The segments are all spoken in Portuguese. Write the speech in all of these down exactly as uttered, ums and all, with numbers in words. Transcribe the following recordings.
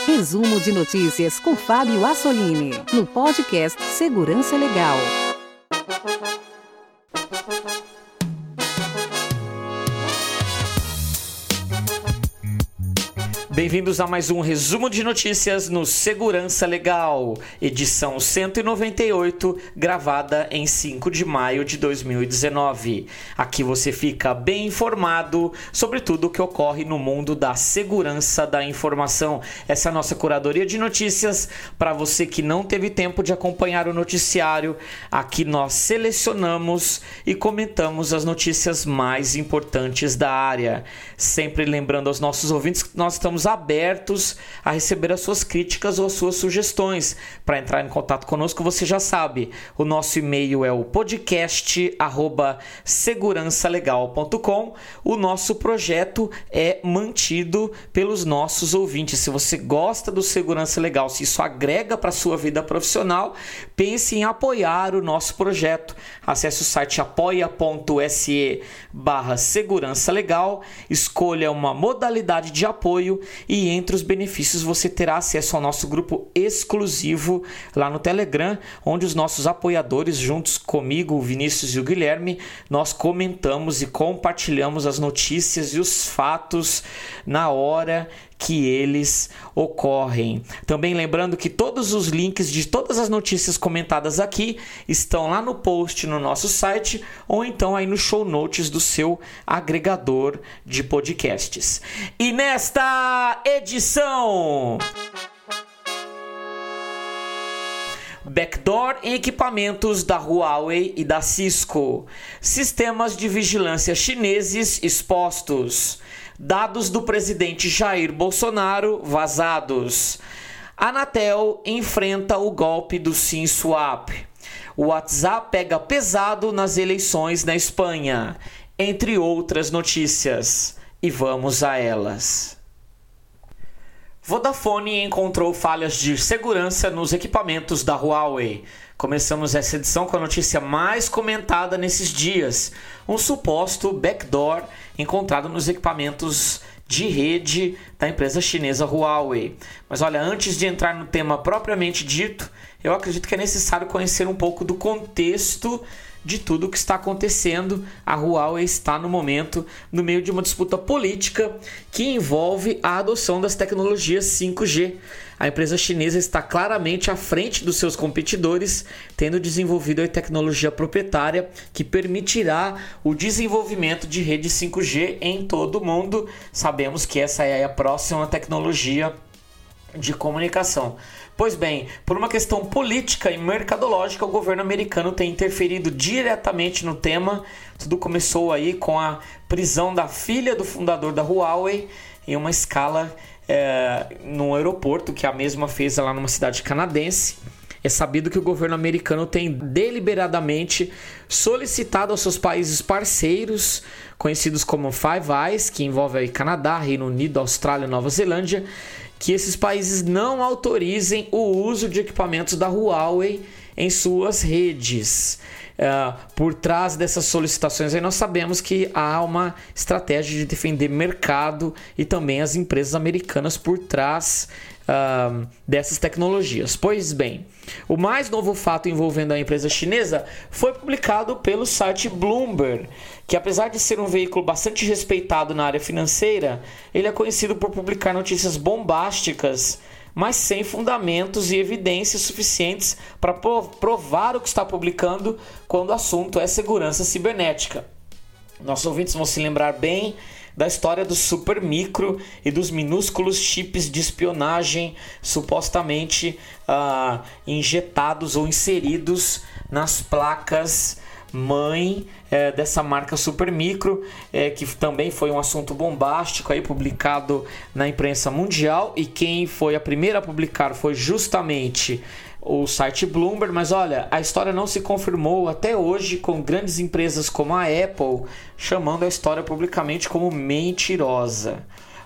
Resumo de notícias com Fábio Assolini, no podcast Segurança Legal. Bem-vindos a mais um resumo de notícias no Segurança Legal, edição cento e noventa e oito, gravada em cinco de maio de dois mil e dezenove. Aqui você fica bem informado sobre tudo o que ocorre no mundo da segurança da informação. Essa é a nossa curadoria de notícias. Para você que não teve tempo de acompanhar o noticiário, aqui nós selecionamos e comentamos as notícias mais importantes da área. Sempre lembrando aos nossos ouvintes que nós estamos abertos a receber as suas críticas ou as suas sugestões. Para entrar em contato conosco, você já sabe, o nosso e-mail é o podcast arroba segurança legal ponto com. O nosso projeto é mantido pelos nossos ouvintes. Se você gosta do Segurança Legal, se isso agrega para a sua vida profissional, pense em apoiar o nosso projeto. Acesse o site apoia.se barra segurança legal, escolha uma modalidade de apoio e entre os benefícios você terá acesso ao nosso grupo exclusivo lá no Telegram, onde os nossos apoiadores, juntos comigo, o Vinícius e o Guilherme, nós comentamos e compartilhamos as notícias e os fatos na hora que eles ocorrem. Também lembrando que todos os links de todas as notícias comentadas aqui estão lá no post no nosso site ou então aí no show notes do seu agregador de podcasts. E nesta edição, backdoor em equipamentos da Huawei e da Cisco, sistemas de vigilância chineses expostos, dados do presidente Jair Bolsonaro vazados, Anatel enfrenta o golpe do SIM Swap, o WhatsApp pega pesado nas eleições na Espanha, entre outras notícias. E vamos a elas. Vodafone encontrou falhas de segurança nos equipamentos da Huawei. Começamos essa edição com a notícia mais comentada nesses dias, um suposto backdoor encontrado nos equipamentos de rede da empresa chinesa Huawei. Mas olha, antes de entrar no tema propriamente dito, eu acredito que é necessário conhecer um pouco do contexto de tudo o que está acontecendo. A Huawei está no momento no meio de uma disputa política que envolve a adoção das tecnologias cinco G. A empresa chinesa está claramente à frente dos seus competidores, tendo desenvolvido a tecnologia proprietária que permitirá o desenvolvimento de rede cinco G em todo o mundo. Sabemos que essa é a próxima tecnologia de comunicação. Pois bem, por uma questão política e mercadológica, o governo americano tem interferido diretamente no tema. Tudo começou aí com a prisão da filha do fundador da Huawei em uma escala é, no aeroporto que a mesma fez lá numa cidade canadense. É sabido que o governo americano tem deliberadamente solicitado aos seus países parceiros, conhecidos como Five Eyes, que envolve aí Canadá, Reino Unido, Austrália e Nova Zelândia, que esses países não autorizem o uso de equipamentos da Huawei em suas redes. Uh, por trás dessas solicitações aí nós sabemos que há uma estratégia de defender mercado e também as empresas americanas por trás uh, dessas tecnologias. Pois bem, o mais novo fato envolvendo a empresa chinesa foi publicado pelo site Bloomberg, que apesar de ser um veículo bastante respeitado na área financeira, ele é conhecido por publicar notícias bombásticas, mas sem fundamentos e evidências suficientes para provar o que está publicando quando o assunto é segurança cibernética. Nossos ouvintes vão se lembrar bem da história do supermicro e dos minúsculos chips de espionagem supostamente uh, injetados ou inseridos nas placas mãe é, dessa marca Supermicro, é, que também foi um assunto bombástico aí, publicado na imprensa mundial, e quem foi a primeira a publicar foi justamente o site Bloomberg. Mas olha, a história não se confirmou até hoje, com grandes empresas como a Apple chamando a história publicamente como mentirosa.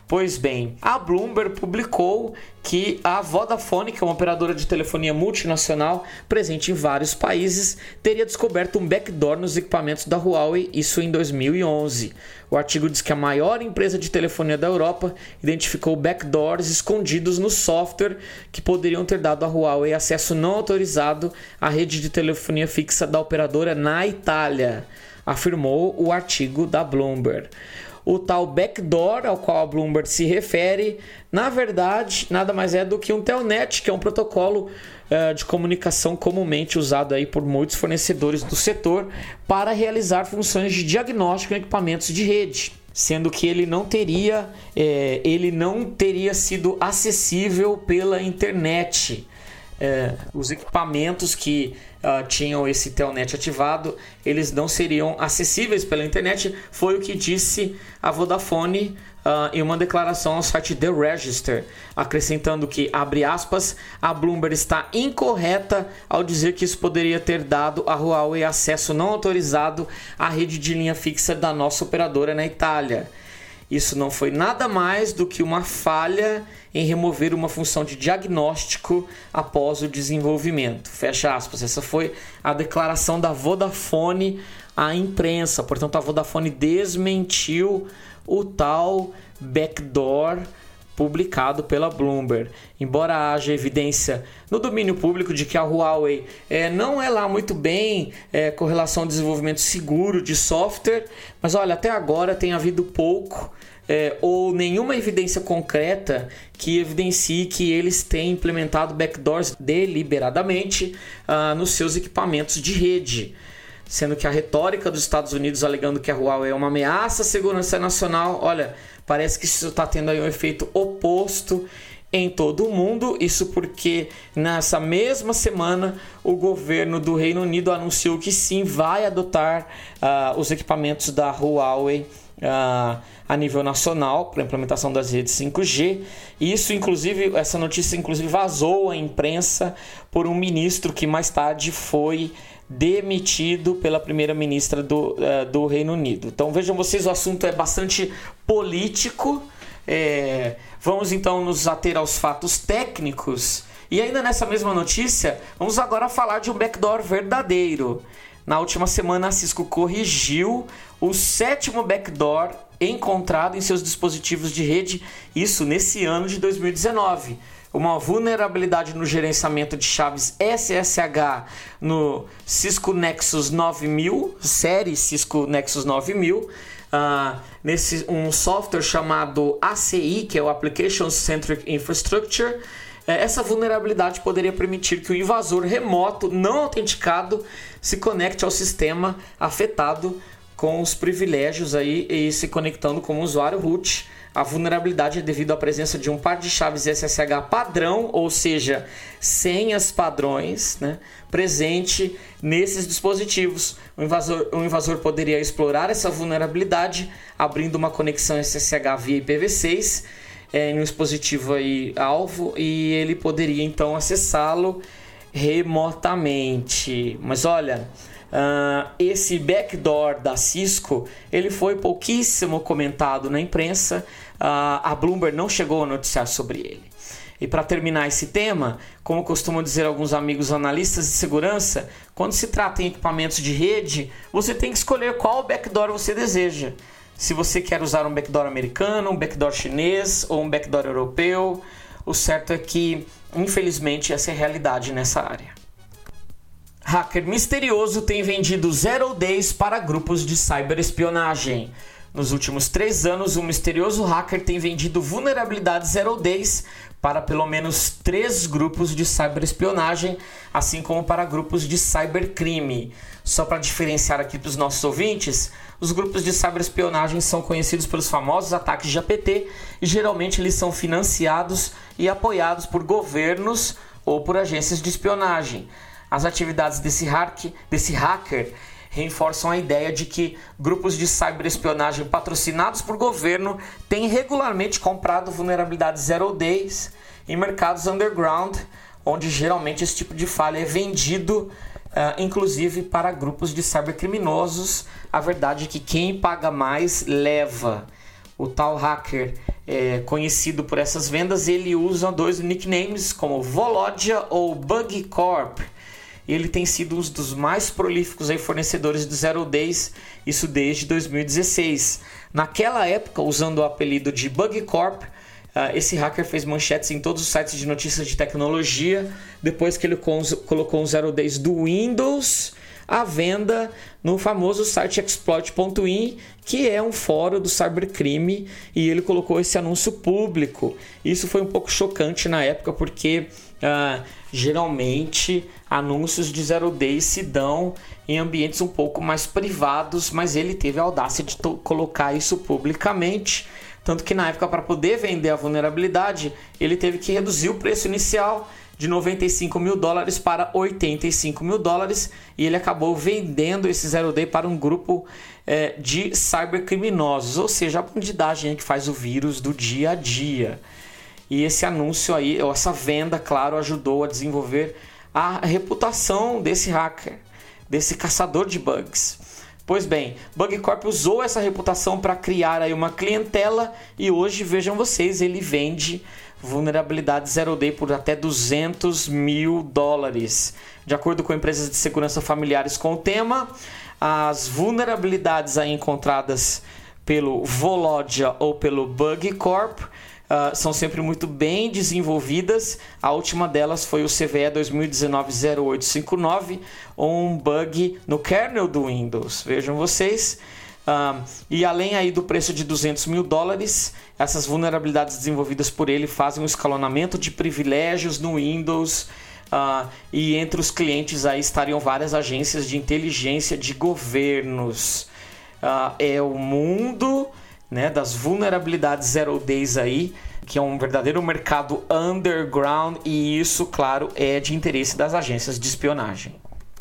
Pois bem, a Bloomberg publicou que a Vodafone, que é uma operadora de telefonia multinacional presente em vários países, teria descoberto um backdoor nos equipamentos da Huawei, isso em dois mil e onze. O artigo diz que a maior empresa de telefonia da Europa identificou backdoors escondidos no software que poderiam ter dado à Huawei acesso não autorizado à rede de telefonia fixa da operadora na Itália, afirmou o artigo da Bloomberg. O tal backdoor ao qual a Bloomberg se refere, na verdade, nada mais é do que um telnet, que é um protocolo uh, de comunicação comumente usado aí por muitos fornecedores do setor para realizar funções de diagnóstico em equipamentos de rede, sendo que ele não teria, eh, ele não teria sido acessível pela internet. É, os equipamentos que uh, tinham esse telnet ativado, eles não seriam acessíveis pela internet, foi o que disse a Vodafone uh, em uma declaração ao site The Register, acrescentando que, abre aspas, a Bloomberg está incorreta ao dizer que isso poderia ter dado a Huawei acesso não autorizado à rede de linha fixa da nossa operadora na Itália. Isso não foi nada mais do que uma falha em remover uma função de diagnóstico após o desenvolvimento. Fecha aspas. Essa foi a declaração da Vodafone à imprensa. Portanto, a Vodafone desmentiu o tal backdoor publicado pela Bloomberg. Embora haja evidência no domínio público de que a Huawei é, não é lá muito bem é, com relação ao desenvolvimento seguro de software, mas olha, até agora tem havido pouco é, ou nenhuma evidência concreta que evidencie que eles têm implementado backdoors deliberadamente ah, nos seus equipamentos de rede. Sendo que a retórica dos Estados Unidos alegando que a Huawei é uma ameaça à segurança nacional, olha, parece que isso está tendo aí um efeito oposto em todo o mundo. Isso porque nessa mesma semana o governo do Reino Unido anunciou que sim, vai adotar uh, os equipamentos da Huawei uh, a nível nacional para a implementação das redes cinco G. E isso, inclusive, essa notícia inclusive vazou à imprensa por um ministro que mais tarde foi demitido pela primeira-ministra do, uh, do Reino Unido. Então vejam vocês, o assunto é bastante político. É, vamos então nos ater aos fatos técnicos. E ainda nessa mesma notícia, vamos agora falar de um backdoor verdadeiro. Na última semana, a Cisco corrigiu o sétimo backdoor encontrado em seus dispositivos de rede, isso nesse ano de dois mil e dezenove. Uma vulnerabilidade no gerenciamento de chaves S S H no Cisco Nexus nove mil, série Cisco Nexus nove mil, uh, nesse, um software chamado A C I, que é o Application Centric Infrastructure. Essa vulnerabilidade poderia permitir que o invasor remoto não autenticado se conecte ao sistema afetado com os privilégios aí e se conectando como usuário root. A vulnerabilidade é devido à presença de um par de chaves S S H padrão, ou seja, senhas padrões, né, presente nesses dispositivos. O invasor, o invasor poderia explorar essa vulnerabilidade abrindo uma conexão S S H via I P v seis é, em um dispositivo aí, alvo, e ele poderia então acessá-lo remotamente. Mas olha, Uh, esse backdoor da Cisco, ele foi pouquíssimo comentado na imprensa. uh, a Bloomberg não chegou a noticiar sobre ele. E para terminar esse tema, como costumam dizer alguns amigos analistas de segurança, quando se trata em equipamentos de rede, você tem que escolher qual backdoor você deseja. Se você quer usar um backdoor americano, um backdoor chinês ou um backdoor europeu, o certo é que, infelizmente, essa é a realidade nessa área. Hacker misterioso tem vendido zero days para grupos de cyberespionagem. Nos últimos três anos, um misterioso hacker tem vendido vulnerabilidades zero days para pelo menos três grupos de cyberespionagem, assim como para grupos de cybercrime. Só para diferenciar aqui dos nossos ouvintes, os grupos de cyberespionagem são conhecidos pelos famosos ataques de A P T e geralmente eles são financiados e apoiados por governos ou por agências de espionagem. As atividades desse, hack, desse hacker reforçam a ideia de que grupos de cyberespionagem patrocinados por governo têm regularmente comprado vulnerabilidades zero days em mercados underground, onde geralmente esse tipo de falha é vendido, uh, inclusive para grupos de cybercriminosos. A verdade é que quem paga mais leva. O tal hacker é conhecido por essas vendas, ele usa dois nicknames como Volodya ou Bug Corp. Ele tem sido um dos mais prolíficos aí fornecedores de Zero Days, isso desde dois mil e dezesseis. Naquela época, usando o apelido de Bug Corp, esse hacker fez manchetes em todos os sites de notícias de tecnologia, depois que ele colocou um Zero Days do Windows à venda no famoso site exploit ponto in, que é um fórum do cybercrime, e ele colocou esse anúncio público. Isso foi um pouco chocante na época, porque uh, geralmente anúncios de Zero Days se dão em ambientes um pouco mais privados, mas ele teve a audácia de colocar isso publicamente, tanto que na época, para poder vender a vulnerabilidade, ele teve que reduzir o preço inicial de noventa e cinco mil dólares para oitenta e cinco mil dólares, e ele acabou vendendo esse Zero Day para um grupo é, de cybercriminosos, ou seja, a bandidagem que faz o vírus do dia a dia. E esse anúncio aí, ou essa venda, claro, ajudou a desenvolver a reputação desse hacker, desse caçador de bugs. Pois bem, Bug Corp usou essa reputação para criar aí uma clientela, e hoje, vejam vocês, ele vende vulnerabilidade Zero Day por até duzentos mil dólares. De acordo com empresas de segurança familiares com o tema, as vulnerabilidades aí encontradas pelo Volodya ou pelo Bug Corp uh, são sempre muito bem desenvolvidas. A última delas foi o C V E dois mil e dezenove zero oito cinco nove, um bug no kernel do Windows. Vejam vocês. Um, e além aí do preço de duzentos mil dólares, essas vulnerabilidades desenvolvidas por ele fazem um escalonamento de privilégios no Windows, uh, e entre os clientes aí estariam várias agências de inteligência de governos. Uh, é o mundo, né, das vulnerabilidades Zero Days aí, que é um verdadeiro mercado underground, e isso, claro, é de interesse das agências de espionagem.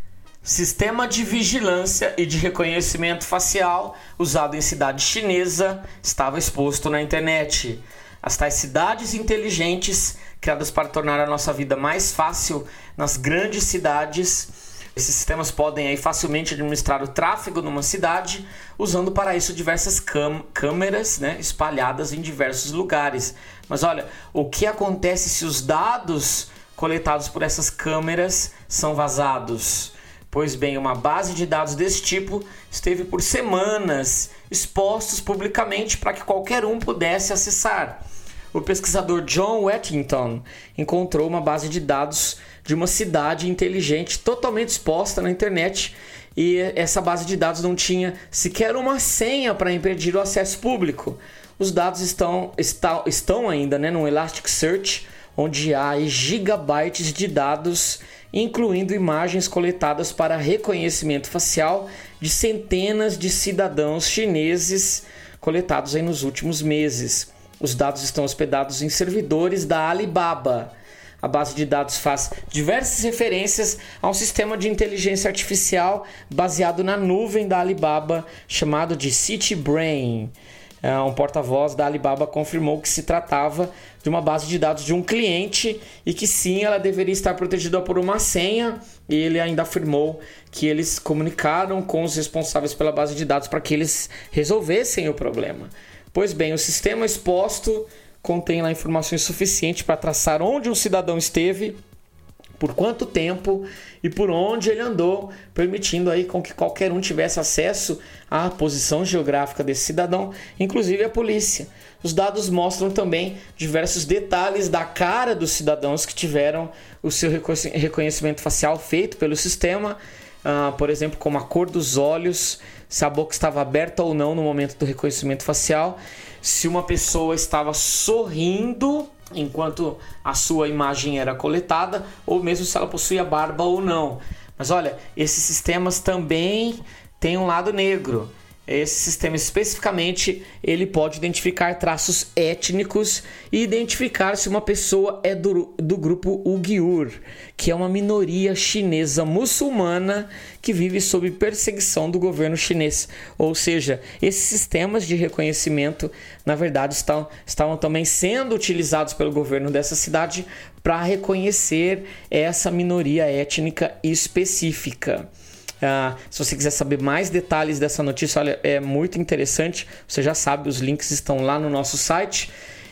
Sistema de vigilância e de reconhecimento facial usado em cidade chinesa estava exposto na internet. As tais cidades inteligentes, criadas para tornar a nossa vida mais fácil nas grandes cidades, esses sistemas podem aí facilmente administrar o tráfego numa cidade, usando para isso diversas cam- câmeras, né, espalhadas em diversos lugares. Mas olha, o que acontece se os dados coletados por essas câmeras são vazados? Pois bem, uma base de dados desse tipo esteve por semanas expostos publicamente para que qualquer um pudesse acessar. O pesquisador John Wettington encontrou uma base de dados de uma cidade inteligente totalmente exposta na internet, e essa base de dados não tinha sequer uma senha para impedir o acesso público. Os dados estão, está, estão ainda, né, no Elasticsearch, onde há gigabytes de dados, incluindo imagens coletadas para reconhecimento facial de centenas de cidadãos chineses coletados aí nos últimos meses. Os dados estão hospedados em servidores da Alibaba. A base de dados faz diversas referências a um sistema de inteligência artificial baseado na nuvem da Alibaba, chamado de CityBrain. Um porta-voz da Alibaba confirmou que se tratava de uma base de dados de um cliente e que sim, ela deveria estar protegida por uma senha, e ele ainda afirmou que eles comunicaram com os responsáveis pela base de dados para que eles resolvessem o problema. Pois bem, o sistema exposto contém lá informações suficientes para traçar onde um cidadão esteve, por quanto tempo e por onde ele andou, permitindo aí com que qualquer um tivesse acesso à posição geográfica desse cidadão, inclusive a polícia. Os dados mostram também diversos detalhes da cara dos cidadãos que tiveram o seu reconhecimento facial feito pelo sistema, uh, por exemplo, como a cor dos olhos, se a boca estava aberta ou não no momento do reconhecimento facial, se uma pessoa estava sorrindo enquanto a sua imagem era coletada, ou mesmo se ela possuía barba ou não. Mas olha, esses sistemas também têm um lado negro. Esse sistema especificamente, ele pode identificar traços étnicos e identificar se uma pessoa é do, do grupo Uighur, que é uma minoria chinesa muçulmana que vive sob perseguição do governo chinês. Ou seja, esses sistemas de reconhecimento, na verdade, estão, estavam também sendo utilizados pelo governo dessa cidade para reconhecer essa minoria étnica específica. Uh, se você quiser saber mais detalhes dessa notícia, olha, é muito interessante. Você já sabe, os links estão lá no nosso site.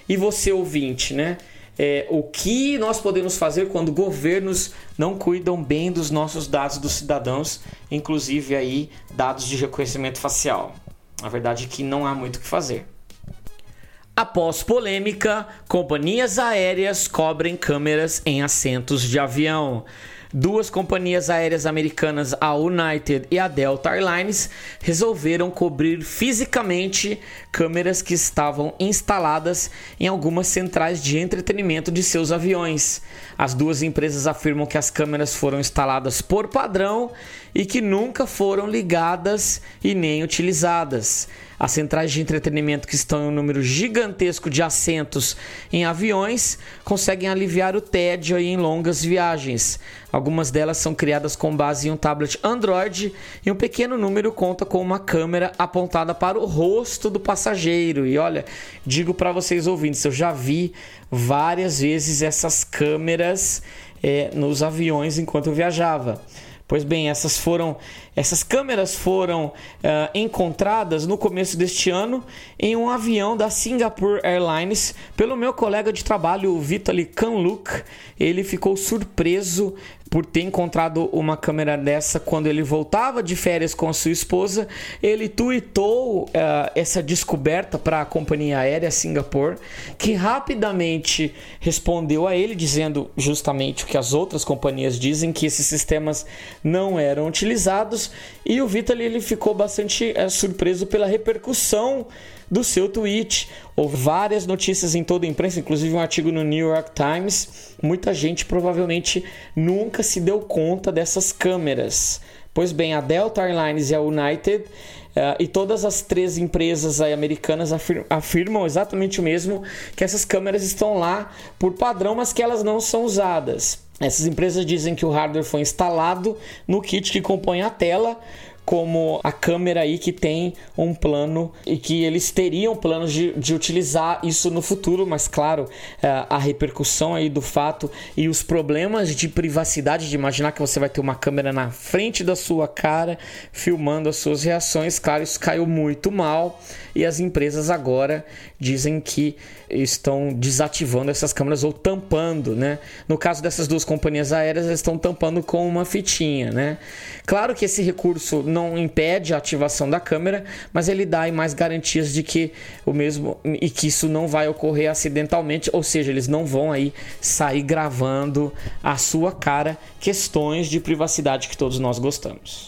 E você, ouvinte, né? É, o que nós podemos fazer quando governos não cuidam bem dos nossos dados dos cidadãos, inclusive aí dados de reconhecimento facial? A verdade é que não há muito o que fazer. Após polêmica, companhias aéreas cobrem câmeras em assentos de avião. Duas companhias aéreas americanas, a United e a Delta Airlines, resolveram cobrir fisicamente câmeras que estavam instaladas em algumas centrais de entretenimento de seus aviões. As duas empresas afirmam que as câmeras foram instaladas por padrão e que nunca foram ligadas e nem utilizadas. As centrais de entretenimento, que estão em um número gigantesco de assentos em aviões, conseguem aliviar o tédio em longas viagens. Algumas delas são criadas com base em um tablet Android e um pequeno número conta com uma câmera apontada para o rosto do passageiro. E olha, digo para vocês ouvintes, eu já vi várias vezes essas câmeras é, nos aviões enquanto eu viajava. Pois bem, essas foram, essas câmeras foram uh, encontradas no começo deste ano em um avião da Singapore Airlines pelo meu colega de trabalho, o Vitaly Kanluk. Ele ficou surpreso por ter encontrado uma câmera dessa quando ele voltava de férias com a sua esposa. Ele tweetou uh, essa descoberta para a companhia aérea Singapore, que rapidamente respondeu a ele, dizendo justamente o que as outras companhias dizem, que esses sistemas não eram utilizados. E o Vitaly ele ficou bastante uh, surpreso pela repercussão do seu tweet. Houve várias notícias em toda a imprensa, inclusive um artigo no New York Times. Muita gente provavelmente nunca se deu conta dessas câmeras. Pois bem, a Delta Airlines e a United uh, e todas as três empresas aí americanas afir- afirmam exatamente o mesmo, que essas câmeras estão lá por padrão, mas que elas não são usadas. Essas empresas dizem que o hardware foi instalado no kit que compõe a tela, como a câmera aí que tem um plano e que eles teriam planos de, de utilizar isso no futuro, mas claro, a repercussão aí do fato e os problemas de privacidade, de imaginar que você vai ter uma câmera na frente da sua cara filmando as suas reações, claro, isso caiu muito mal e as empresas agora dizem que estão desativando essas câmeras ou tampando, né? No caso dessas duas companhias aéreas, elas estão tampando com uma fitinha, né? Claro que esse recurso não impede a ativação da câmera, mas ele dá aí mais garantias de que o mesmo e que isso não vai ocorrer acidentalmente, ou seja, eles não vão aí sair gravando a sua cara, questões de privacidade que todos nós gostamos.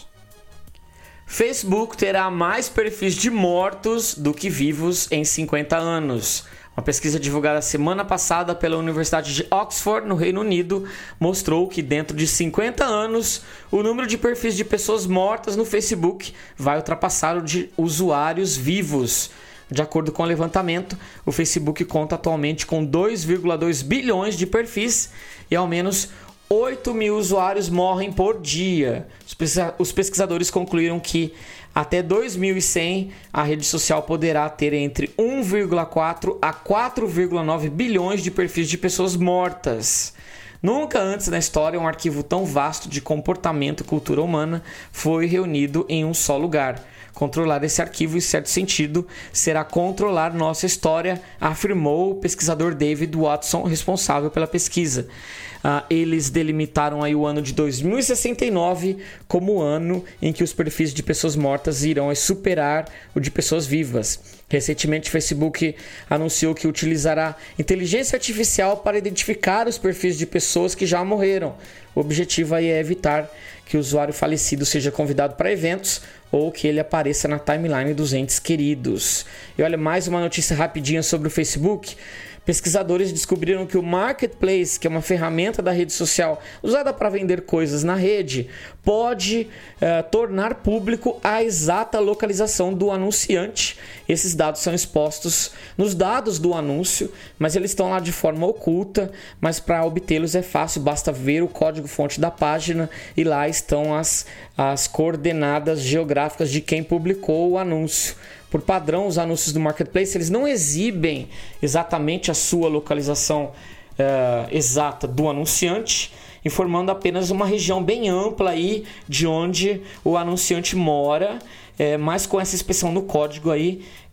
Facebook terá mais perfis de mortos do que vivos em cinquenta anos. Uma pesquisa divulgada semana passada pela Universidade de Oxford, no Reino Unido, mostrou que dentro de cinquenta anos, o número de perfis de pessoas mortas no Facebook vai ultrapassar o de usuários vivos. De acordo com o levantamento, o Facebook conta atualmente com dois vírgula dois bilhões de perfis e ao menos oito mil usuários morrem por dia. Os pesquisadores concluíram que até dois mil e cem a rede social poderá ter entre um vírgula quatro a quatro vírgula nove bilhões de perfis de pessoas mortas. Nunca antes na história um arquivo tão vasto de comportamento e cultura humana foi reunido em um só lugar. Controlar esse arquivo, em certo sentido, será controlar nossa história, afirmou o pesquisador David Watson, responsável pela pesquisa. Uh, eles delimitaram aí o ano de dois mil e sessenta e nove como o ano em que os perfis de pessoas mortas irão superar o de pessoas vivas. Recentemente, o Facebook anunciou que utilizará inteligência artificial para identificar os perfis de pessoas que já morreram. O objetivo aí é evitar que o usuário falecido seja convidado para eventos ou que ele apareça na timeline dos entes queridos. E olha, mais uma notícia rapidinha sobre o Facebook. Pesquisadores descobriram que o Marketplace, que é uma ferramenta da rede social usada para vender coisas na rede, pode uh, tornar público a exata localização do anunciante. Esses dados são expostos nos dados do anúncio, mas eles estão lá de forma oculta, mas para obtê-los é fácil, basta ver o código-fonte da página e lá estão as, as coordenadas geográficas de quem publicou o anúncio. Por padrão, os anúncios do Marketplace eles não exibem exatamente a sua localização uh, exata do anunciante, informando apenas uma região bem ampla aí de onde o anunciante mora, é, mas com essa inspeção no código aí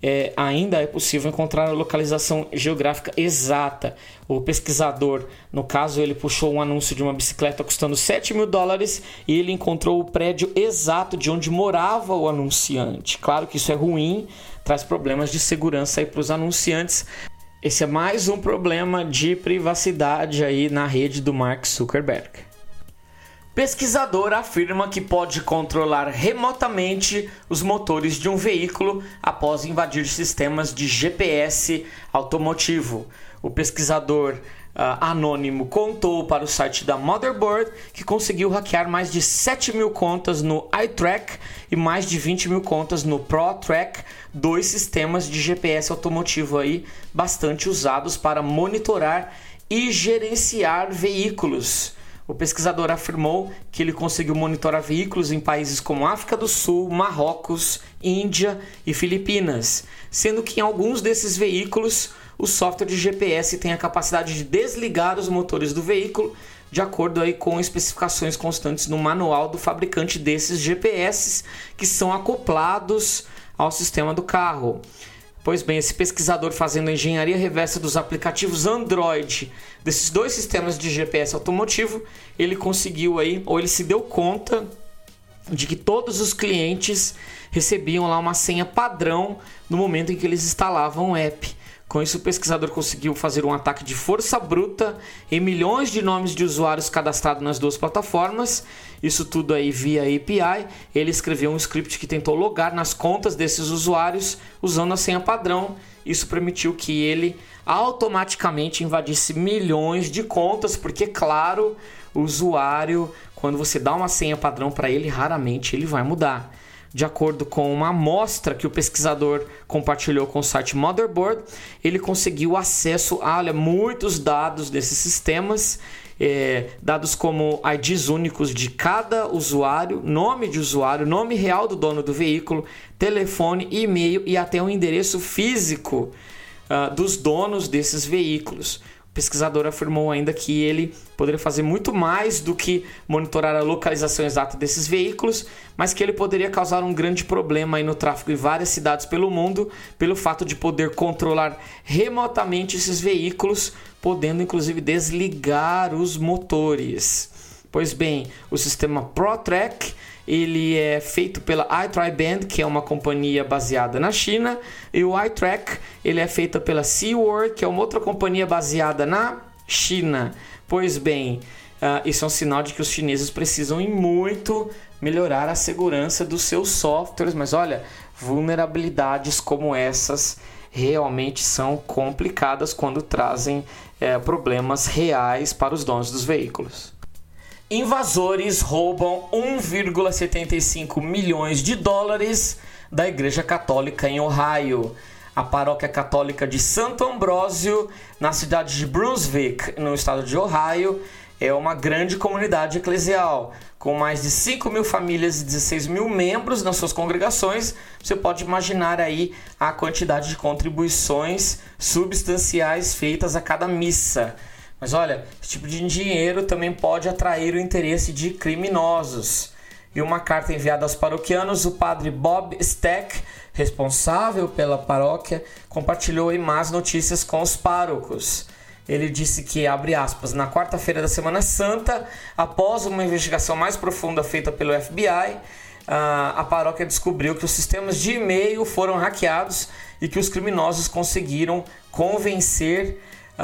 é, ainda é possível encontrar a localização geográfica exata. O pesquisador, no caso, ele puxou um anúncio de uma bicicleta custando sete mil dólares e ele encontrou o prédio exato de onde morava o anunciante. Claro que isso é ruim, traz problemas de segurança aí para os anunciantes. Esse é mais um problema de privacidade aí na rede do Mark Zuckerberg. Pesquisador afirma que pode controlar remotamente os motores de um veículo após invadir sistemas de G P S automotivo. O pesquisador uh, anônimo contou para o site da Motherboard que conseguiu hackear mais de sete mil contas no iTrack e mais de vinte mil contas no ProTrack, dois sistemas de G P S automotivo aí bastante usados para monitorar e gerenciar veículos. O pesquisador afirmou que ele conseguiu monitorar veículos em países como África do Sul, Marrocos, Índia e Filipinas, sendo que em alguns desses veículos o software de G P S tem a capacidade de desligar os motores do veículo de acordo aí com especificações constantes no manual do fabricante desses G P S que são acoplados ao sistema do carro. Pois bem, esse pesquisador fazendo a engenharia reversa dos aplicativos Android desses dois sistemas de G P S automotivo, ele conseguiu aí, ou ele se deu conta de que todos os clientes recebiam lá uma senha padrão no momento em que eles instalavam o app. Com isso, o pesquisador conseguiu fazer um ataque de força bruta em milhões de nomes de usuários cadastrados nas duas plataformas. Isso tudo aí via A P I. Ele escreveu um script que tentou logar nas contas desses usuários usando a senha padrão. Isso permitiu que ele automaticamente invadisse milhões de contas, porque, claro, o usuário, quando você dá uma senha padrão para ele, raramente ele vai mudar. De acordo com uma amostra que o pesquisador compartilhou com o site Motherboard, ele conseguiu acesso a olha, muitos dados desses sistemas, é, dados como I Ds únicos de cada usuário, nome de usuário, nome real do dono do veículo, telefone, e-mail e até um endereço físico uh, dos donos desses veículos. O pesquisador afirmou ainda que ele poderia fazer muito mais do que monitorar a localização exata desses veículos, mas que ele poderia causar um grande problema aí no tráfego em várias cidades pelo mundo, pelo fato de poder controlar remotamente esses veículos, podendo inclusive desligar os motores. Pois bem, o sistema ProTrack ele é feito pela iTriband, que é uma companhia baseada na China, e o iTrack ele é feito pela Seaward, que é uma outra companhia baseada na China. Pois bem, uh, isso é um sinal de que os chineses precisam em muito melhorar a segurança dos seus softwares, mas olha, vulnerabilidades como essas realmente são complicadas quando trazem é, problemas reais para os donos dos veículos. Invasores roubam um vírgula setenta e cinco milhões de dólares da Igreja Católica em Ohio. A paróquia católica de Santo Ambrósio, na cidade de Brunswick, no estado de Ohio, é uma grande comunidade eclesial, com mais de cinco mil famílias e dezesseis mil membros nas suas congregações. Você pode imaginar aí a quantidade de contribuições substanciais feitas a cada missa. Mas olha, esse tipo de dinheiro também pode atrair o interesse de criminosos. Em uma carta enviada aos paroquianos, o padre Bob Stack, responsável pela paróquia, compartilhou aí más notícias com os párocos. Ele disse que, abre aspas, na quarta-feira da Semana Santa, após uma investigação mais profunda feita pelo F B I, a paróquia descobriu que os sistemas de e-mail foram hackeados e que os criminosos conseguiram convencer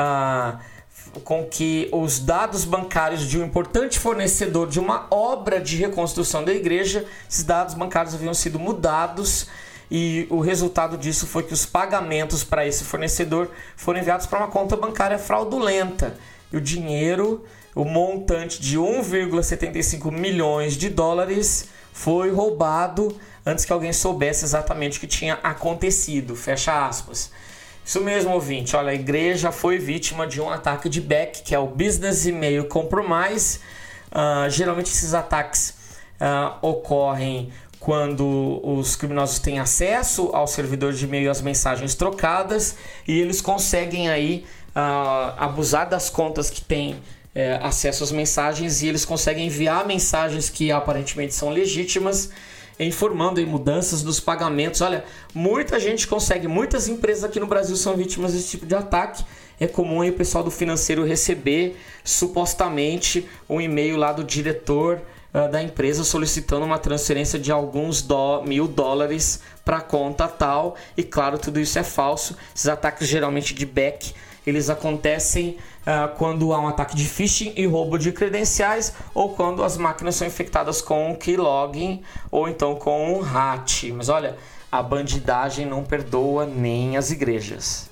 a com que os dados bancários de um importante fornecedor de uma obra de reconstrução da igreja, esses dados bancários haviam sido mudados e o resultado disso foi que os pagamentos para esse fornecedor foram enviados para uma conta bancária fraudulenta. E o dinheiro, o montante de um vírgula setenta e cinco milhões de dólares foi roubado antes que alguém soubesse exatamente o que tinha acontecido. Fecha aspas. Isso mesmo, ouvinte. Olha, a igreja foi vítima de um ataque de B E C, que é o Business Email Compromise. Uh, geralmente esses ataques uh, ocorrem quando os criminosos têm acesso ao servidor de e-mail e às mensagens trocadas e eles conseguem aí uh, abusar das contas que têm uh, acesso às mensagens e eles conseguem enviar mensagens que aparentemente são legítimas informando em mudanças nos pagamentos. Olha, muita gente consegue, muitas empresas aqui no Brasil são vítimas desse tipo de ataque. É comum aí o pessoal do financeiro receber supostamente um e-mail lá do diretor uh, da empresa solicitando uma transferência de alguns dó, mil dólares para a conta tal. E claro, tudo isso é falso. Esses ataques geralmente de back, eles acontecem uh, quando há um ataque de phishing e roubo de credenciais, ou quando as máquinas são infectadas com keylogin ou então com um hat. Mas olha, a bandidagem não perdoa nem as igrejas.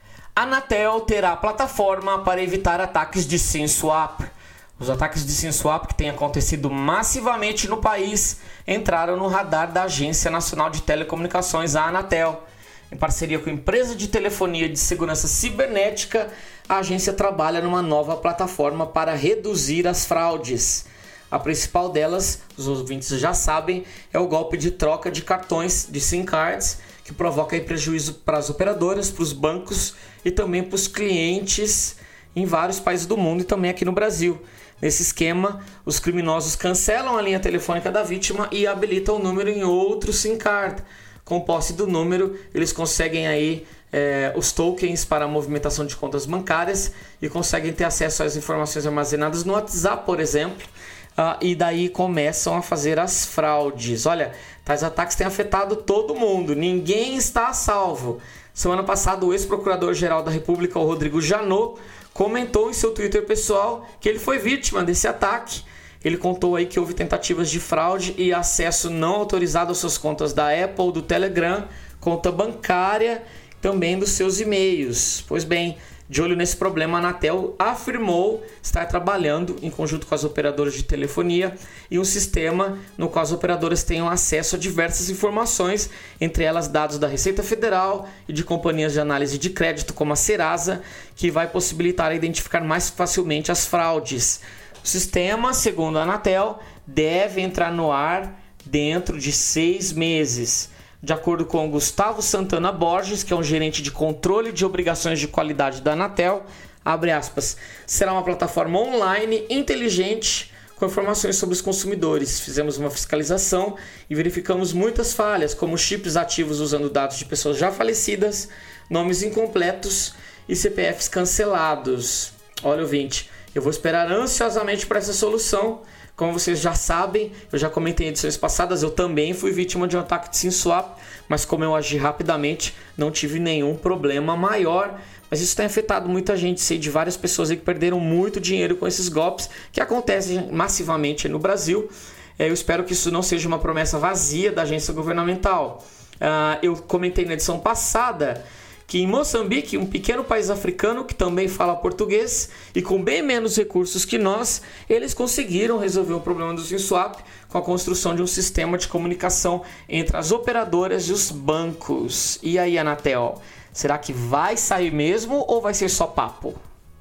A Anatel terá plataforma para evitar ataques de SIM swap. Os ataques de SIM swap que têm acontecido massivamente no país entraram no radar da Agência Nacional de Telecomunicações, a Anatel. Em parceria com a empresa de telefonia de segurança cibernética, a agência trabalha numa nova plataforma para reduzir as fraudes. A principal delas, os ouvintes já sabem, é o golpe de troca de cartões de SIM cards, que provoca aí prejuízo para as operadoras, para os bancos e também para os clientes em vários países do mundo e também aqui no Brasil. Nesse esquema, os criminosos cancelam a linha telefônica da vítima e habilitam o número em outro SIM card. Com posse do número, eles conseguem aí é, os tokens para a movimentação de contas bancárias e conseguem ter acesso às informações armazenadas no WhatsApp, por exemplo, uh, e daí começam a fazer as fraudes. Olha, tais ataques têm afetado todo mundo, ninguém está a salvo. Semana passada, o ex-procurador-geral da República, o Rodrigo Janot, comentou em seu Twitter pessoal que ele foi vítima desse ataque. Ele contou aí que houve tentativas de fraude e acesso não autorizado às suas contas da Apple, do Telegram, conta bancária, também dos seus e-mails. Pois bem, de olho nesse problema, a Anatel afirmou estar trabalhando em conjunto com as operadoras de telefonia em um sistema no qual as operadoras tenham acesso a diversas informações, entre elas dados da Receita Federal e de companhias de análise de crédito como a Serasa, que vai possibilitar identificar mais facilmente as fraudes. O sistema, segundo a Anatel, deve entrar no ar dentro de seis meses. De acordo com Gustavo Santana Borges, que é um gerente de controle de obrigações de qualidade da Anatel, abre aspas, será uma plataforma online inteligente com informações sobre os consumidores. Fizemos uma fiscalização e verificamos muitas falhas, como chips ativos usando dados de pessoas já falecidas, nomes incompletos e C P Fs cancelados. Olha, ouvinte, eu vou esperar ansiosamente por essa solução. Como vocês já sabem, eu já comentei em edições passadas, eu também fui vítima de um ataque de SIM swap, mas como eu agi rapidamente, não tive nenhum problema maior. Mas isso tem afetado muita gente, sei de várias pessoas aí que perderam muito dinheiro com esses golpes, que acontecem massivamente no Brasil. Eu espero que isso não seja uma promessa vazia da agência governamental. Eu comentei na edição passada que em Moçambique, um pequeno país africano que também fala português e com bem menos recursos que nós, eles conseguiram resolver o problema do SIM swap com a construção de um sistema de comunicação entre as operadoras e os bancos. E aí, Anatel, será que vai sair mesmo ou vai ser só papo?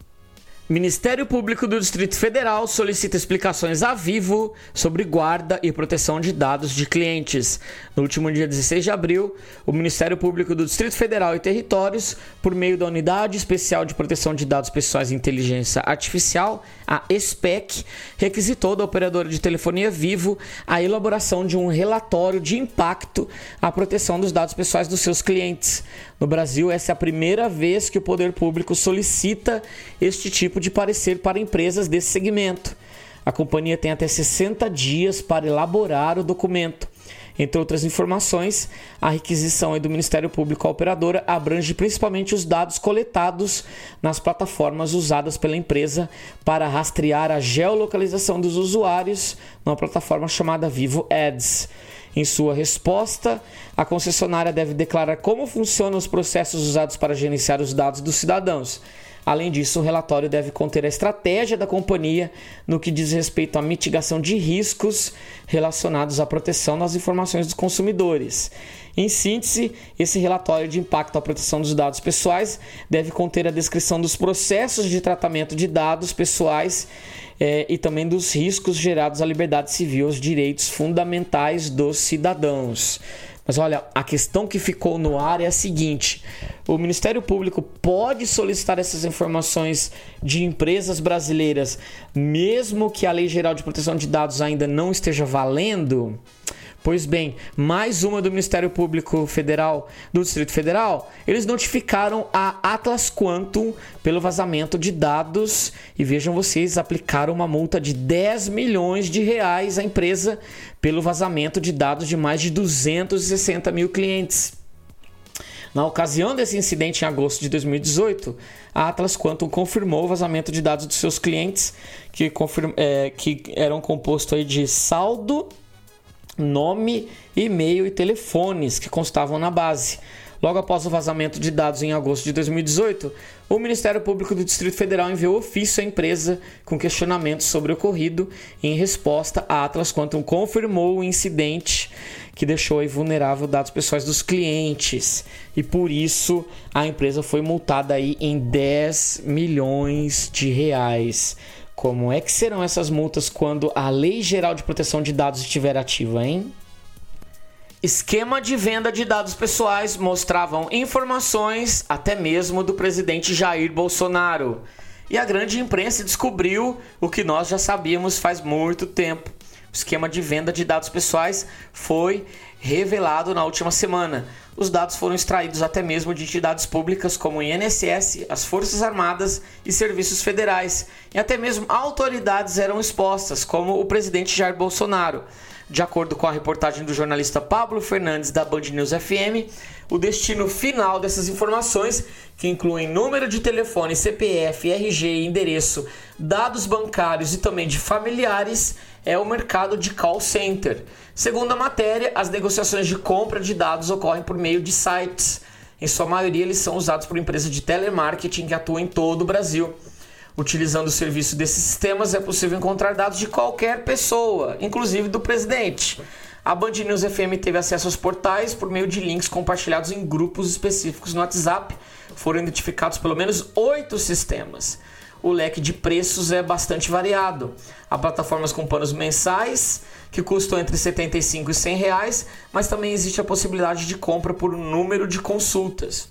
Ministério Público do Distrito Federal solicita explicações à Vivo sobre guarda e proteção de dados de clientes. No último dia dezesseis de abril, o Ministério Público do Distrito Federal e Territórios, por meio da Unidade Especial de Proteção de Dados Pessoais e Inteligência Artificial, a ESPEC, requisitou da operadora de telefonia Vivo a elaboração de um relatório de impacto à proteção dos dados pessoais dos seus clientes. No Brasil, essa é a primeira vez que o poder público solicita este tipo de parecer para empresas desse segmento. A companhia tem até sessenta dias para elaborar o documento. Entre outras informações, a requisição do Ministério Público à operadora abrange principalmente os dados coletados nas plataformas usadas pela empresa para rastrear a geolocalização dos usuários numa plataforma chamada Vivo Ads. Em sua resposta, a concessionária deve declarar como funcionam os processos usados para gerenciar os dados dos cidadãos. Além disso, o relatório deve conter a estratégia da companhia no que diz respeito à mitigação de riscos relacionados à proteção das informações dos consumidores. Em síntese, esse relatório de impacto à proteção dos dados pessoais deve conter a descrição dos processos de tratamento de dados pessoais eh, e também dos riscos gerados à liberdade civil e aos direitos fundamentais dos cidadãos. Mas olha, a questão que ficou no ar é a seguinte: o Ministério Público pode solicitar essas informações de empresas brasileiras, mesmo que a Lei Geral de Proteção de Dados ainda não esteja valendo? Pois bem, mais uma do Ministério Público Federal do Distrito Federal, eles notificaram a Atlas Quantum pelo vazamento de dados e vejam vocês, aplicaram uma multa de dez milhões de reais à empresa pelo vazamento de dados de mais de duzentos e sessenta mil clientes. Na ocasião desse incidente, em agosto de dois mil e dezoito, a Atlas Quantum confirmou o vazamento de dados dos seus clientes, que, confirma, é, que eram compostos aí de saldo, nome, e-mail e telefones que constavam na base. Logo após o vazamento de dados em agosto de dois mil e dezoito, o Ministério Público do Distrito Federal enviou ofício à empresa com questionamentos sobre o ocorrido. Em resposta, a Atlas Quantum confirmou o incidente que deixou aí vulnerável dados pessoais dos clientes. E por isso a empresa foi multada aí em dez milhões de reais. Como é que serão essas multas quando a Lei Geral de Proteção de Dados estiver ativa, hein? Esquema de venda de dados pessoais mostravam informações até mesmo do presidente Jair Bolsonaro. E a grande imprensa descobriu o que nós já sabíamos faz muito tempo. O esquema de venda de dados pessoais foi revelado na última semana. Os dados foram extraídos até mesmo de entidades públicas como o I N S S, as Forças Armadas e serviços federais. E até mesmo autoridades eram expostas, como o presidente Jair Bolsonaro. De acordo com a reportagem do jornalista Pablo Fernandes da Band News F M, o destino final dessas informações, que incluem número de telefone, C P F, R G, endereço, dados bancários e também de familiares, é o mercado de call center. Segundo a matéria, as negociações de compra de dados ocorrem por meio de sites. Em sua maioria, eles são usados por empresas de telemarketing que atuam em todo o Brasil. Utilizando o serviço desses sistemas, é possível encontrar dados de qualquer pessoa, inclusive do presidente. A Band News F M teve acesso aos portais por meio de links compartilhados em grupos específicos no WhatsApp. Foram identificados pelo menos oito sistemas. O leque de preços é bastante variado. Há plataformas com planos mensais, que custam entre setenta e cinco e cem reais, mas também existe a possibilidade de compra por número de consultas.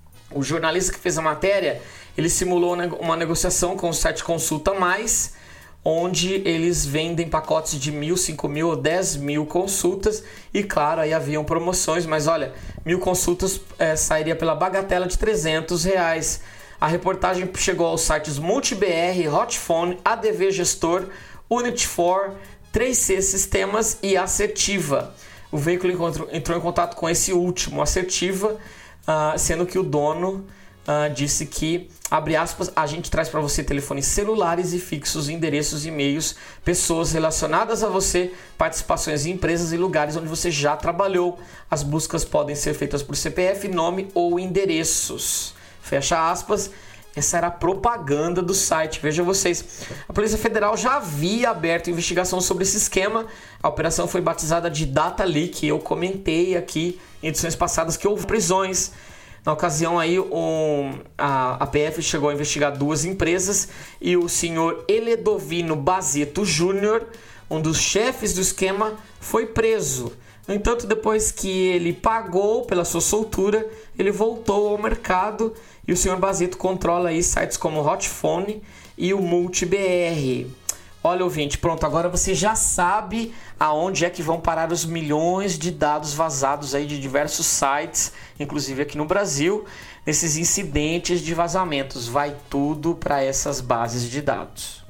O jornalista que fez a matéria, ele simulou uma negociação com o site Consulta Mais, onde eles vendem pacotes de mil, cinco mil ou dez mil consultas. E claro, aí haviam promoções, mas olha, mil consultas é, sairia pela bagatela de trezentos reais. A reportagem chegou aos sites MultiBR, Hotphone, A D V Gestor, Unit quatro, três C Sistemas e Assertiva. O veículo encontrou, entrou em contato com esse último, Assertiva, uh, sendo que o dono uh, disse que, abre aspas, a gente traz para você telefones celulares e fixos, endereços, e-mails, pessoas relacionadas a você, participações em empresas e lugares onde você já trabalhou. As buscas podem ser feitas por C P F, nome ou endereços. Fecha aspas. Essa era a propaganda do site. Vejam vocês. A Polícia Federal já havia aberto investigação sobre esse esquema. A operação foi batizada de Data Leak. Eu comentei aqui em edições passadas que houve prisões. Na ocasião aí, um, a, a P F chegou a investigar duas empresas e o senhor Eledovino Bazeto Júnior, um dos chefes do esquema, foi preso. No entanto, depois que ele pagou pela sua soltura, ele voltou ao mercado e o senhor Bazeto controla aí sites como o Hotphone e o MultiBR. Olha, ouvinte, pronto, agora você já sabe aonde é que vão parar os milhões de dados vazados aí de diversos sites, inclusive aqui no Brasil, nesses incidentes de vazamentos. Vai tudo para essas bases de dados.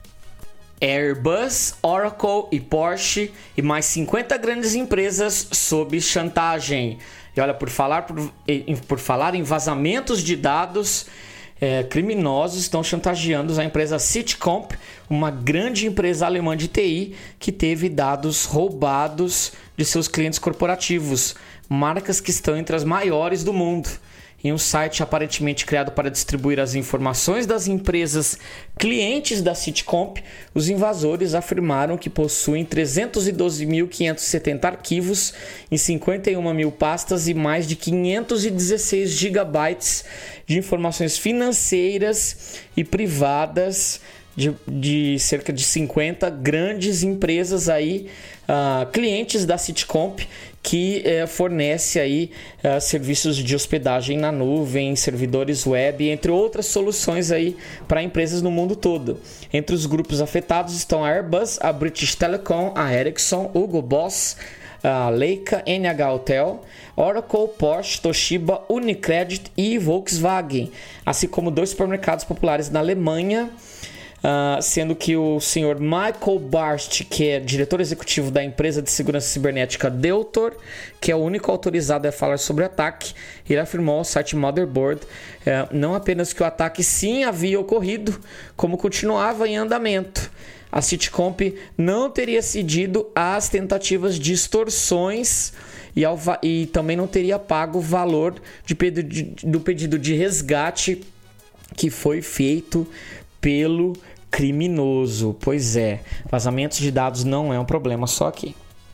Airbus, Oracle e Porsche e mais cinquenta grandes empresas sob chantagem. E olha, por falar, por, por falar em vazamentos de dados, é, criminosos estão chantageando a empresa Citecomp, uma grande empresa alemã de T I que teve dados roubados de seus clientes corporativos, marcas que estão entre as maiores do mundo. Em um site aparentemente criado para distribuir as informações das empresas clientes da Citecomp, os invasores afirmaram que possuem trezentos e doze mil quinhentos e setenta arquivos em cinquenta e uma mil pastas e mais de quinhentos e dezesseis gigabytes de informações financeiras e privadas de, de cerca de cinquenta grandes empresas aí, uh, clientes da Citecomp, que eh, fornece aí uh, serviços de hospedagem na nuvem, servidores web, entre outras soluções aí para empresas no mundo todo. Entre os grupos afetados estão a Airbus, a British Telecom, a Ericsson, Hugo Boss, uh, Leica, N H Hotel, Oracle, Porsche, Toshiba, Unicredit e Volkswagen, assim como dois supermercados populares na Alemanha, uh, sendo que o senhor Michael Barst, que é diretor executivo da empresa de segurança cibernética Deutor, que é o único autorizado a falar sobre o ataque, ele afirmou ao site Motherboard uh, não apenas que o ataque sim havia ocorrido, como continuava em andamento. A Citecomp não teria cedido às tentativas de extorsões e, ao, e também não teria pago o valor de pedido de, do pedido de resgate que foi feito pelo criminoso. Pois é, vazamentos de dados não é um problema só aqui.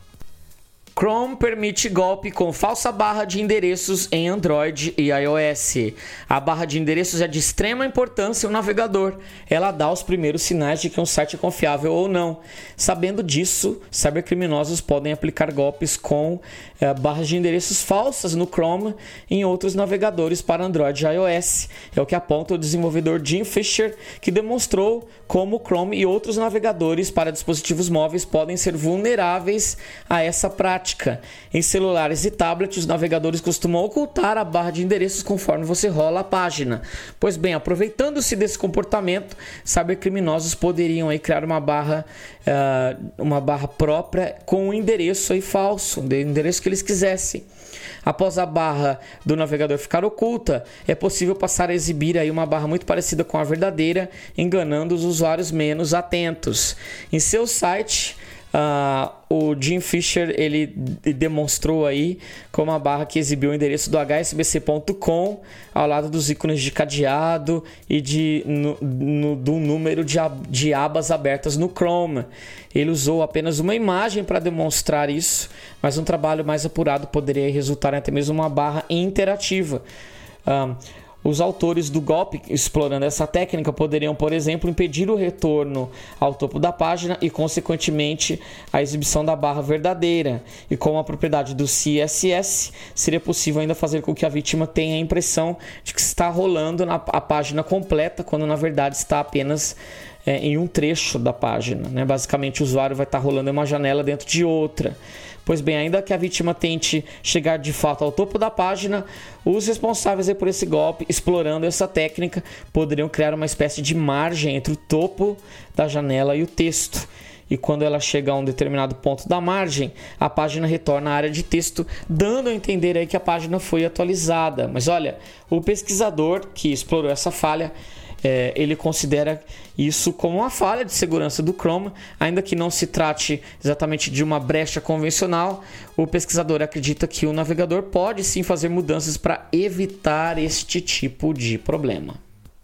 Chrome permite golpe com falsa barra de endereços em Android e iOS. A barra de endereços é de extrema importância no navegador. Ela dá os primeiros sinais de que um site é confiável ou não. Sabendo disso, cybercriminosos podem aplicar golpes com eh, barras de endereços falsas no Chrome e em outros navegadores para Android e iOS. É o que aponta o desenvolvedor Jim Fisher, que demonstrou como o Chrome e outros navegadores para dispositivos móveis podem ser vulneráveis a essa prática. Em celulares e tablets, os navegadores costumam ocultar a barra de endereços conforme você rola a página. Pois bem, aproveitando-se desse comportamento, cybercriminosos poderiam aí criar uma barra, uh, uma barra própria com um endereço aí falso, o endereço que eles quisessem. Após a barra do navegador ficar oculta, é possível passar a exibir aí uma barra muito parecida com a verdadeira, enganando os usuários menos atentos. Em seu site, Uh, o Jim Fisher ele demonstrou aí como a barra que exibiu o endereço do H S B C ponto com ao lado dos ícones de cadeado e de, no, no, do número de, de abas abertas no Chrome. Ele usou apenas uma imagem para demonstrar isso, mas um trabalho mais apurado poderia resultar em até mesmo uma barra interativa. Uh, Os autores do golpe, explorando essa técnica, poderiam, por exemplo, impedir o retorno ao topo da página e, consequentemente, a exibição da barra verdadeira. E com a propriedade do C S S, seria possível ainda fazer com que a vítima tenha a impressão de que está rolando na, a página completa, quando na verdade está apenas é, em um trecho da página, né? Basicamente, o usuário vai estar rolando em uma janela dentro de outra. Pois bem, ainda que a vítima tente chegar de fato ao topo da página, os responsáveis por esse golpe, explorando essa técnica, poderiam criar uma espécie de margem entre o topo da janela e o texto. E quando ela chega a um determinado ponto da margem, a página retorna à área de texto, dando a entender aí que a página foi atualizada. Mas olha, o pesquisador que explorou essa falha, É, ele considera isso como uma falha de segurança do Chrome, ainda que não se trate exatamente de uma brecha convencional. O pesquisador acredita que o navegador pode sim fazer mudanças para evitar este tipo de problema.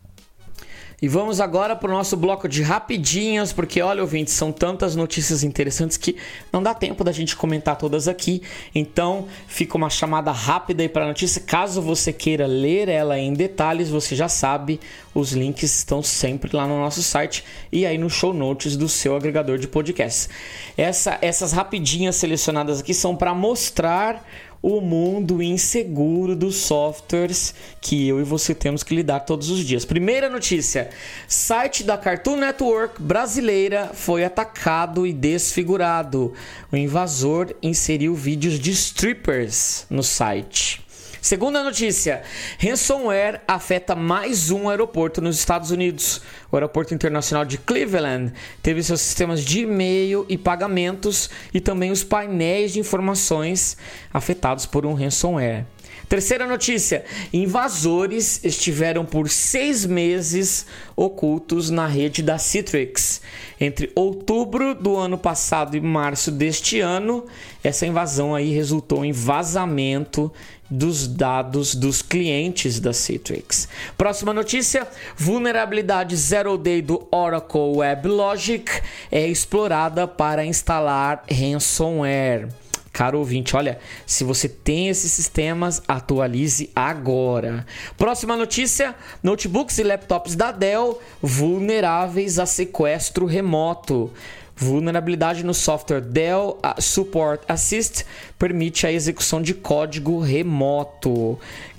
E vamos agora para o nosso bloco de rapidinhas, porque olha, ouvintes, são tantas notícias interessantes que não dá tempo da gente comentar todas aqui. Então fica uma chamada rápida aí para a notícia. Caso você queira ler ela em detalhes, você já sabe, os links estão sempre lá no nosso site e aí no show notes do seu agregador de podcasts. Essa, essas rapidinhas selecionadas aqui são para mostrar o mundo inseguro dos softwares que eu e você temos que lidar todos os dias. Primeira notícia: site da Cartoon Network brasileira foi atacado e desfigurado. O invasor inseriu vídeos de strippers no site. Segunda notícia: ransomware afeta mais um aeroporto nos Estados Unidos. O aeroporto internacional de Cleveland teve seus sistemas de e-mail e pagamentos e também os painéis de informações afetados por um ransomware. Terceira notícia: invasores estiveram por seis meses ocultos na rede da Citrix. Entre outubro do ano passado e março deste ano, essa invasão aí resultou em vazamento dos dados dos clientes da Citrix. Próxima notícia: vulnerabilidade Zero Day do Oracle WebLogic é explorada para instalar ransomware. Caro ouvinte, olha, se você tem esses sistemas, atualize agora. Próxima notícia: notebooks e laptops da Dell vulneráveis a sequestro remoto. Vulnerabilidade no software Dell Support Assist permite a execução de código remoto.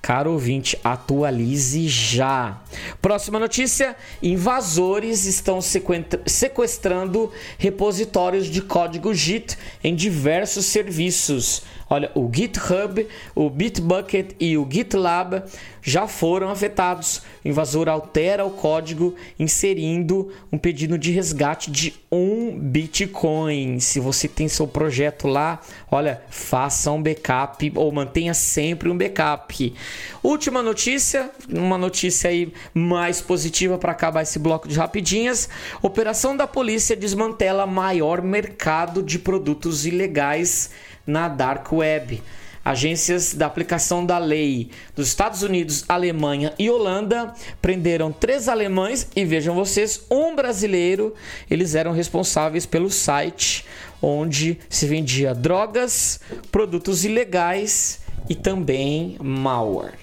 Caro ouvinte, atualize já. Próxima notícia: invasores estão sequestrando repositórios de código Git em diversos serviços. Olha, o GitHub, o Bitbucket e o GitLab já foram afetados. O invasor altera o código inserindo um pedido de resgate de um Bitcoin. Se você tem seu projeto lá, olha, faça um backup ou mantenha sempre um backup. Última notícia, uma notícia aí mais positiva para acabar esse bloco de rapidinhas. Operação da polícia desmantela maior mercado de produtos ilegais na Dark Web. Agências da aplicação da lei dos Estados Unidos, Alemanha e Holanda prenderam três alemães e, vejam vocês, um brasileiro. Eles eram responsáveis pelo site onde se vendia drogas, produtos ilegais e também malware.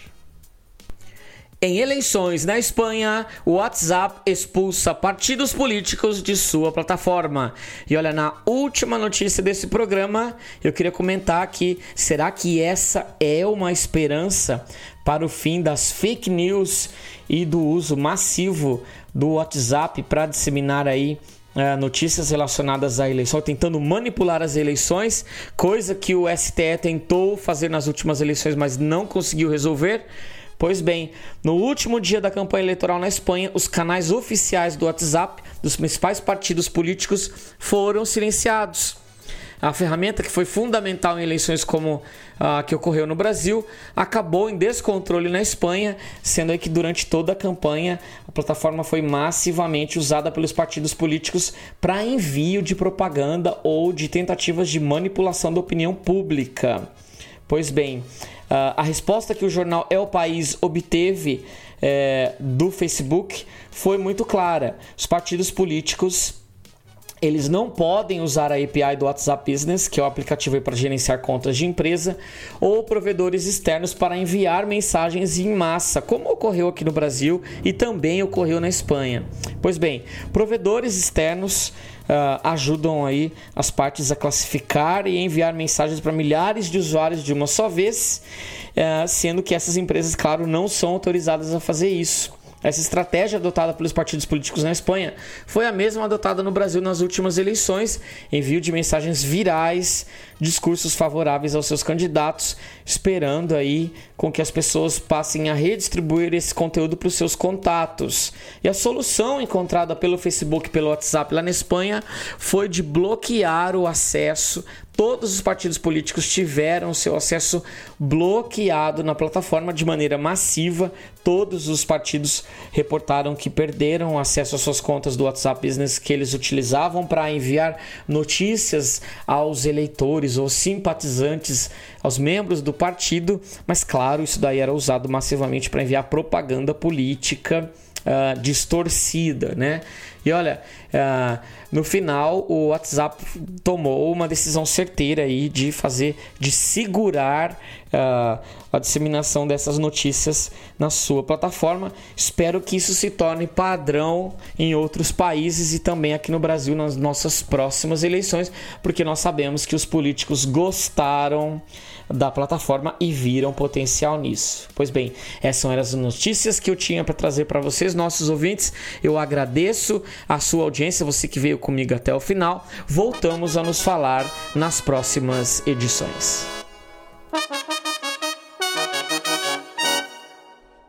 Em eleições na Espanha, o WhatsApp expulsa partidos políticos de sua plataforma. E olha, na última notícia desse programa, eu queria comentar aqui, será que essa é uma esperança para o fim das fake news e do uso massivo do WhatsApp para disseminar aí uh, notícias relacionadas à eleição, tentando manipular as eleições, coisa que o S T E tentou fazer nas últimas eleições, mas não conseguiu resolver? Pois bem, no último dia da campanha eleitoral na Espanha, os canais oficiais do WhatsApp dos principais partidos políticos foram silenciados. A ferramenta, que foi fundamental em eleições como a que ocorreu no Brasil, acabou em descontrole na Espanha, sendo aí que durante toda a campanha a plataforma foi massivamente usada pelos partidos políticos para envio de propaganda ou de tentativas de manipulação da opinião pública. Pois bem, a resposta que o jornal El País obteve é, do Facebook foi muito clara. Os partidos políticos, eles não podem usar a A P I do WhatsApp Business, que é o aplicativo para gerenciar contas de empresa, ou provedores externos para enviar mensagens em massa, como ocorreu aqui no Brasil e também ocorreu na Espanha. Pois bem, provedores externos Uh, ajudam aí as partes a classificar e enviar mensagens para milhares de usuários de uma só vez, uh, sendo que essas empresas, claro, não são autorizadas a fazer isso. Essa estratégia adotada pelos partidos políticos na Espanha foi a mesma adotada no Brasil nas últimas eleições, envio de mensagens virais, discursos favoráveis aos seus candidatos, esperando aí com que as pessoas passem a redistribuir esse conteúdo para os seus contatos. E a solução encontrada pelo Facebook e pelo WhatsApp lá na Espanha foi de bloquear o acesso. Todos os partidos políticos tiveram seu acesso bloqueado na plataforma de maneira massiva. Todos os partidos reportaram que perderam acesso às suas contas do WhatsApp Business que eles utilizavam para enviar notícias aos eleitores ou simpatizantes, aos membros do partido. Mas claro, isso daí era usado massivamente para enviar propaganda política uh, distorcida, né? E olha, uh, no final o WhatsApp tomou uma decisão certeira aí de fazer, de segurar uh, a disseminação dessas notícias na sua plataforma. Espero que isso se torne padrão em outros países e também aqui no Brasil nas nossas próximas eleições, porque nós sabemos que os políticos gostaram da plataforma e viram potencial nisso. Pois bem, essas eram as notícias que eu tinha para trazer para vocês, nossos ouvintes. Eu agradeço a sua audiência, você que veio comigo até o final. Voltamos a nos falar nas próximas edições.